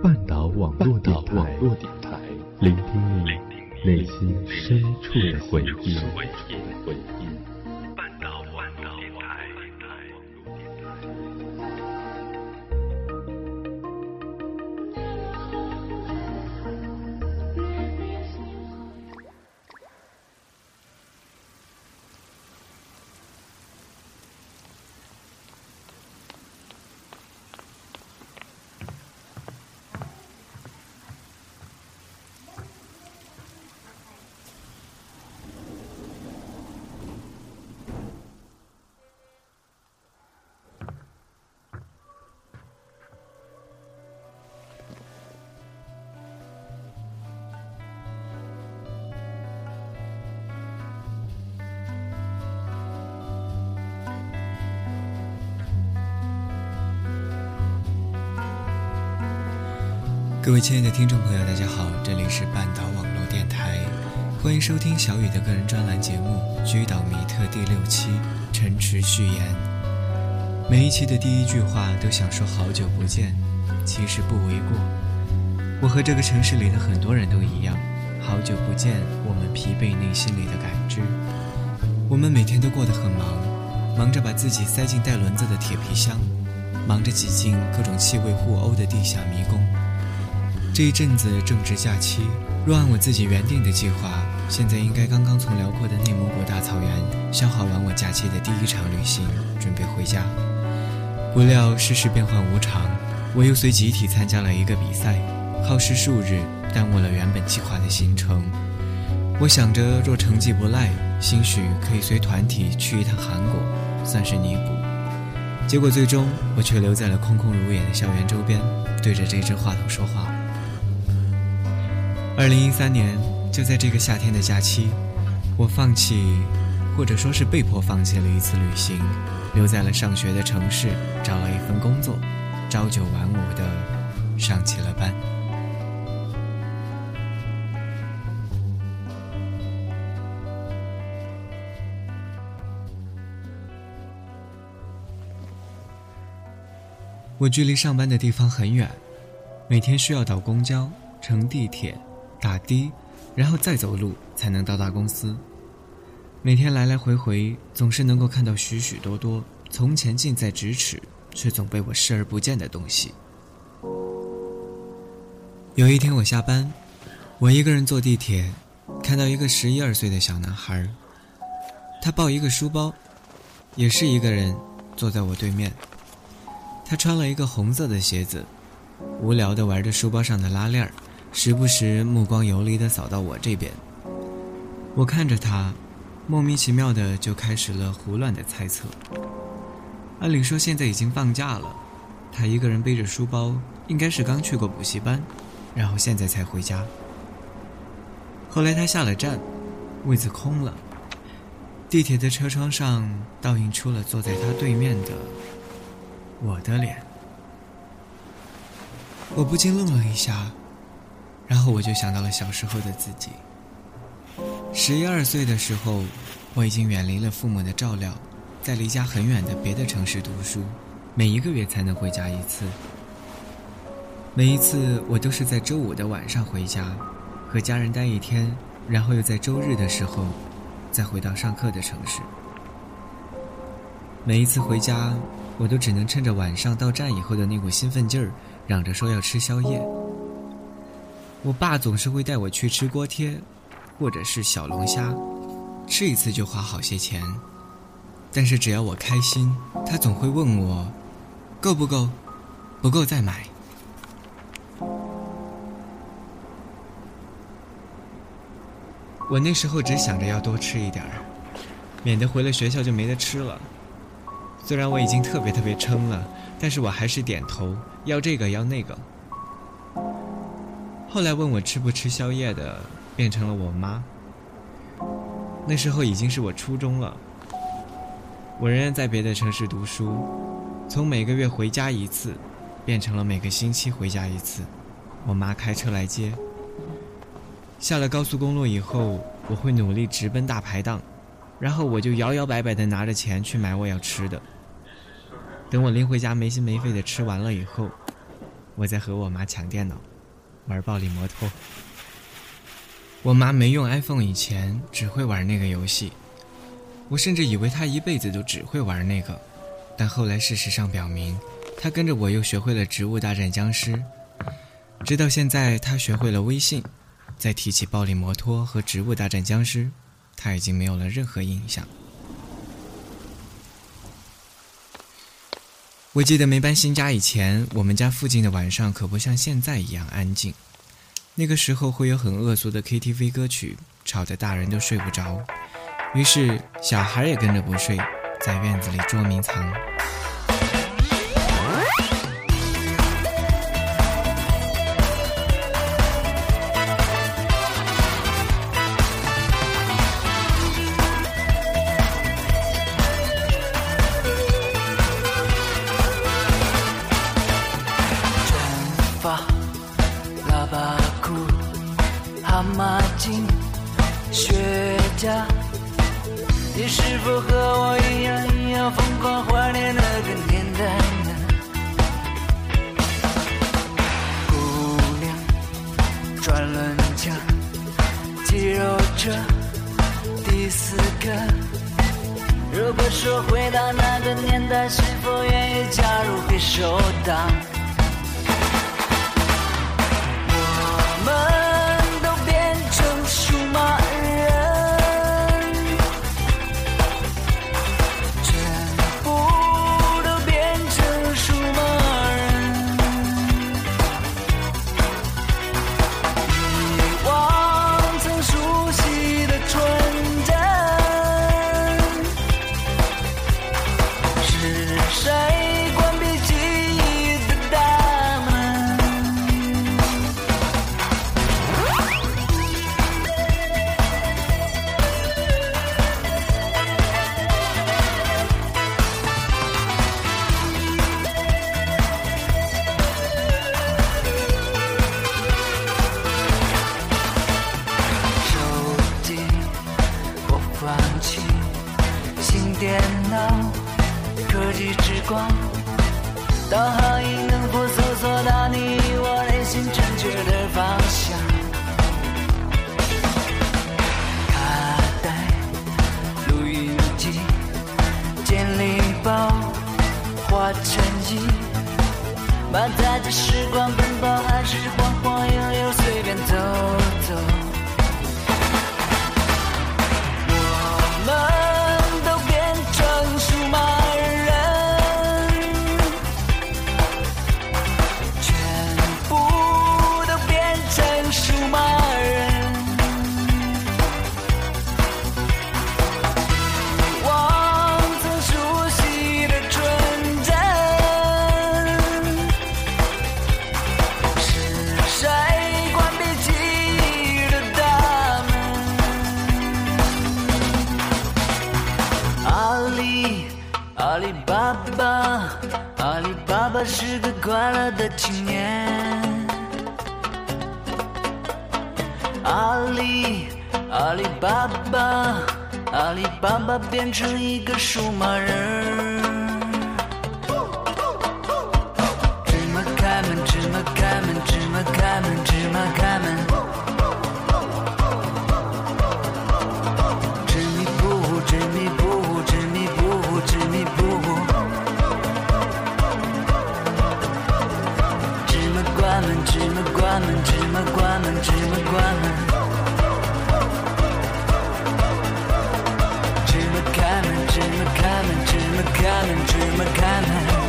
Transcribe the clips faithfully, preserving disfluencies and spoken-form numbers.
半岛网络电台，聆听你内心深处的回忆。半岛网络电台。 各位亲爱的听众朋友，大家好，这里是半岛网络电台，欢迎收听小雨的个人专栏节目《居岛迷特》第六期陈池序言。每一期的第一句话都想说好久不见，其实不为过。我和这个城市里的很多人都一样，好久不见，我们疲惫内心里的感知。我们每天都过得很忙，忙着把自己塞进带轮子的铁皮箱，忙着挤进各种气味互殴的地下迷宫。这一阵子正值假期，若按我自己原定的计划，现在应该刚刚从辽阔的内蒙古大草原消耗完我假期的第一场旅行，准备回家。不料世事变幻无常，我又随集体参加了一个比赛，耗时数日，耽误了原本计划的行程。我想着若成绩不赖，兴许可以随团体去一趟韩国，算是弥补。结果最终我却留在了空空如也的校园周边，对着这只话筒说话。二零一三年，就在这个夏天的假期，我放弃，或者说是被迫放弃了一次旅行，留在了上学的城市，找了一份工作，朝九晚五的上起了班。我距离上班的地方很远，每天需要倒公交、乘地铁、打的，然后再走路才能到达公司。每天来来回回，总是能够看到许许多多从前近在咫尺却总被我视而不见的东西。有一天我下班，我一个人坐地铁，看到一个十一二岁的小男孩，他抱一个书包，也是一个人坐在我对面。他穿了一个红色的鞋子，无聊地玩着书包上的拉链，时不时目光游离地扫到我这边。我看着他，莫名其妙的就开始了胡乱的猜测。按理说现在已经放假了，他一个人背着书包，应该是刚去过补习班，然后现在才回家。后来他下了站，位子空了，地铁的车窗上倒映出了坐在他对面的我的脸。我不禁愣了一下，然后我就想到了小时候的自己。十一二岁的时候，我已经远离了父母的照料，在离家很远的别的城市读书，每一个月才能回家一次。每一次我都是在周五的晚上回家，和家人待一天，然后又在周日的时候再回到上课的城市。每一次回家，我都只能趁着晚上到站以后的那股兴奋劲儿，嚷着说要吃宵夜。我爸总是会带我去吃锅贴，或者是小龙虾，吃一次就花好些钱。但是只要我开心，他总会问我够不够，不够再买。我那时候只想着要多吃一点儿，免得回了学校就没得吃了。虽然我已经特别特别撑了，但是我还是点头，要这个要那个。后来问我吃不吃宵夜的变成了我妈。那时候已经是我初中了，我仍然在别的城市读书，从每个月回家一次变成了每个星期回家一次，我妈开车来接。下了高速公路以后，我会努力直奔大排档，然后我就摇摇摆摆地拿着钱去买我要吃的。等我拎回家没心没肺地吃完了以后， 我在和我妈抢电脑，玩暴力摩托。我妈没用 iPhone 以前只会玩那个游戏，我甚至以为她一辈子都只会玩那个，但后来事实上表明，她跟着我又学会了植物大战僵尸，直到现在她学会了微信，再提起暴力摩托和植物大战僵尸，她已经没有了任何印象。我记得没搬新家以前，我们家附近的晚上可不像现在一样安静。那个时候会有很恶俗的 K T V 歌曲，吵得大人都睡不着，于是小孩也跟着不睡，在院子里捉迷藏。 蛤蟆精雪茄，你是否和我一样一样疯狂怀念那个年代呢？姑娘转轮枪，肌肉车第四个。如果说回到那个年代，是否愿意加入黑手党？我们导航仪能否搜索到你我内心正确的方向？卡带、录音机、简历包、花衬衣，满载着时光奔跑，还是晃晃悠悠随便走走？我们阿里巴巴，阿里巴巴是个快乐的青年。阿里，阿里巴巴，阿里巴巴变成一个数码人。芝麻开门，芝麻开门，芝麻开门，芝麻开门。执迷不悟，执迷不悟，执迷不悟，执迷不悟。芝麻关门，芝麻关门，芝麻关门，芝麻关门。芝麻开门，芝麻开门，芝麻开门，芝麻开门。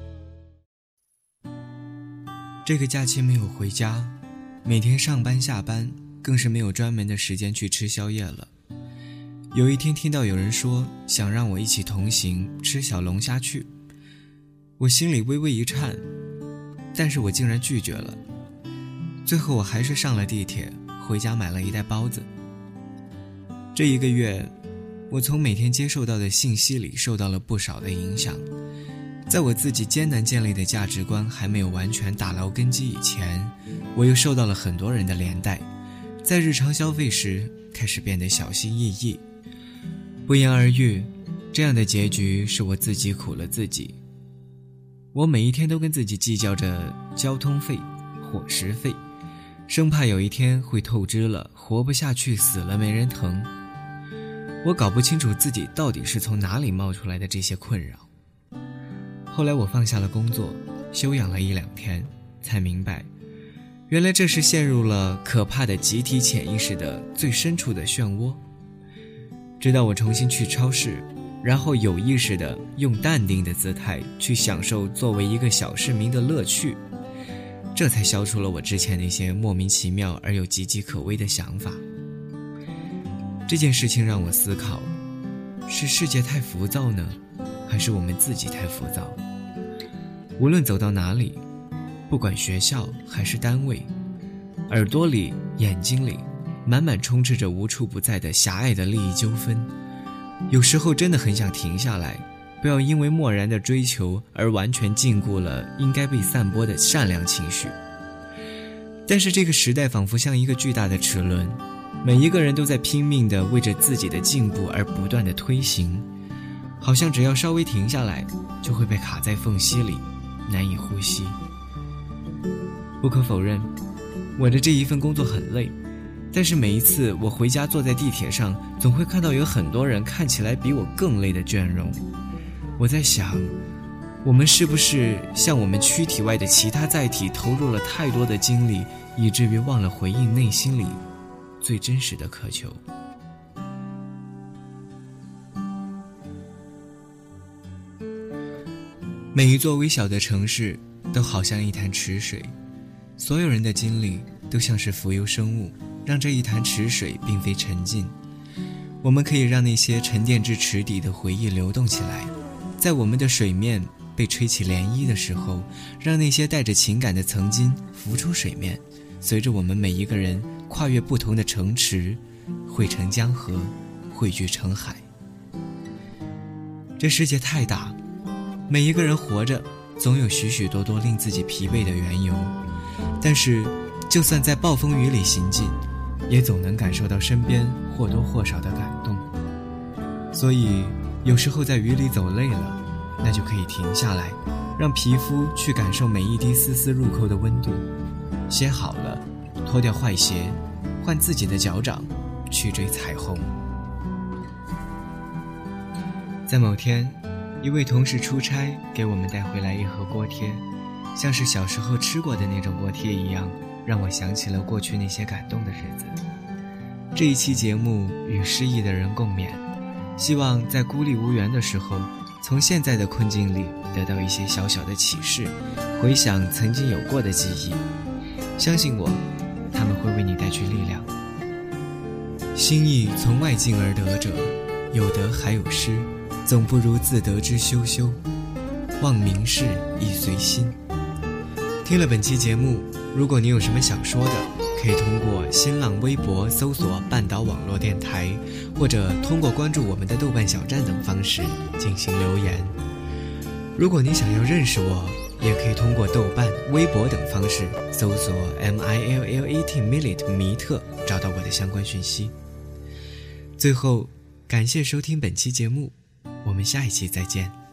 这个假期没有回家，每天上班下班更是没有专门的时间去吃宵夜了。有一天听到有人说想让我一起同行吃小龙虾去，我心里微微一颤，但是我竟然拒绝了。最后我还是上了地铁，回家买了一袋包子。这一个月，我从每天接受到的信息里受到了不少的影响。在我自己艰难建立的价值观还没有完全打牢根基以前，我又受到了很多人的连带，在日常消费时开始变得小心翼翼。不言而喻，这样的结局是我自己苦了自己。我每一天都跟自己计较着交通费、伙食费，生怕有一天会透支了，活不下去，死了没人疼。我搞不清楚自己到底是从哪里冒出来的这些困扰。后来我放下了工作，休养了一两天，才明白，原来这是陷入了可怕的集体潜意识的最深处的漩涡。直到我重新去超市，然后有意识地用淡定的姿态去享受作为一个小市民的乐趣，这才消除了我之前那些莫名其妙而又岌岌可危的想法。这件事情让我思考，是世界太浮躁呢，还是我们自己太浮躁？无论走到哪里，不管学校还是单位，耳朵里、眼睛里满满充斥着无处不在的狭隘的利益纠纷。有时候真的很想停下来，不要因为漠然的追求而完全禁锢了应该被散播的善良情绪。但是这个时代仿佛像一个巨大的齿轮，每一个人都在拼命地为着自己的进步而不断地推行，好像只要稍微停下来，就会被卡在缝隙里，难以呼吸。不可否认，我的这一份工作很累，但是每一次我回家坐在地铁上，总会看到有很多人看起来比我更累的倦容。我在想，我们是不是向我们躯体外的其他载体投入了太多的精力，以至于忘了回应内心里最真实的渴求。每一座微小的城市都好像一潭池水，所有人的经历都像是浮游生物，让这一潭池水并非沉浸。我们可以让那些沉淀至池底的回忆流动起来，在我们的水面被吹起涟漪的时候，让那些带着情感的曾经浮出水面，随着我们每一个人跨越不同的城池，汇成江河，汇聚成海。这世界太大，每一个人活着总有许许多多令自己疲惫的缘由，但是就算在暴风雨里行进，也总能感受到身边或多或少的感动。所以有时候在雨里走累了，那就可以停下来，让皮肤去感受每一滴丝丝入扣的温度。歇好了，脱掉坏鞋，换自己的脚掌，去追彩虹。在某天，一位同事出差给我们带回来一盒锅贴，像是小时候吃过的那种锅贴一样，让我想起了过去那些感动的日子。这一期节目与失意的人共勉，希望在孤立无援的时候，从现在的困境里得到一些小小的启示，回想曾经有过的记忆，相信我，他们会为你带去力量。心意从外境而得者，有得还有失，总不如自得之修修。望名士亦随心。听了本期节目，如果你有什么想说的，可以通过新浪微博搜索半岛网络电台，或者通过关注我们的豆瓣小站等方式进行留言。如果你想要认识我，也可以通过豆瓣、微博等方式搜索 M I L L A T Millet 米特，找到我的相关讯息。最后，感谢收听本期节目，我们下一期再见。